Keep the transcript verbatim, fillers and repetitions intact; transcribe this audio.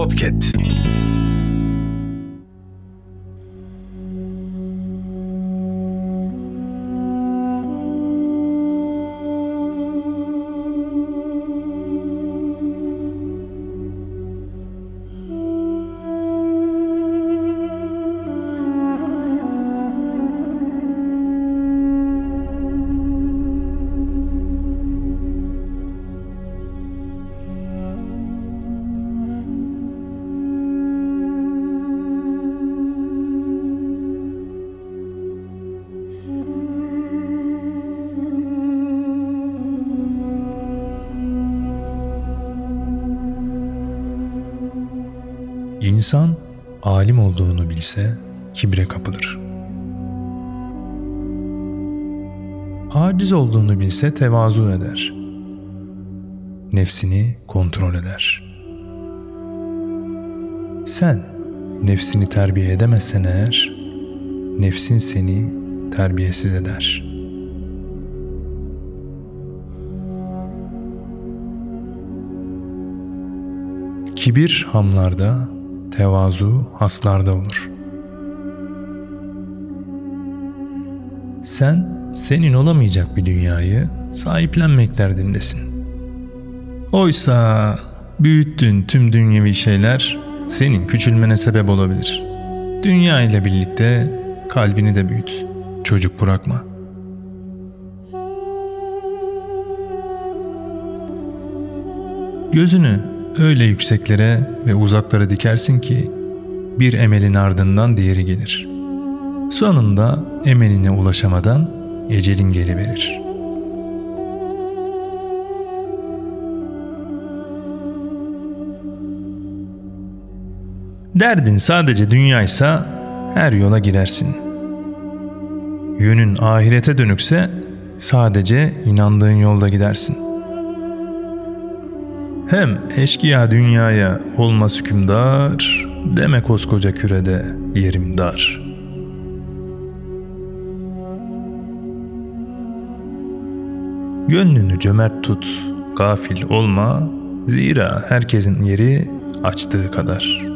Podcast. İnsan alim olduğunu bilse kibre kapılır. Aciz olduğunu bilse tevazu eder. Nefsini kontrol eder. Sen nefsini terbiye edemezsen eğer, nefsin seni terbiyesiz eder. Kibir hamlarda, tevazu haslarda olur. Sen senin olamayacak bir dünyayı sahiplenmek derdindesin. Oysa büyüttüğün tüm dünyevi şeyler senin küçülmene sebep olabilir. Dünya ile birlikte kalbini de büyüt. Çocuk bırakma. Gözünü öyle yükseklere ve uzaklara dikersin ki bir emelin ardından diğeri gelir. Sonunda emeline ulaşamadan ecelin geliverir. Derdin sadece dünyaysa her yola girersin. Yönün ahirete dönükse sadece inandığın yolda gidersin. Hem eşkıya dünyaya olmaz hükümdar, deme koskoca kürede yerim dar. Gönlünü cömert tut, gafil olma, zira herkesin yeri açtığı kadar.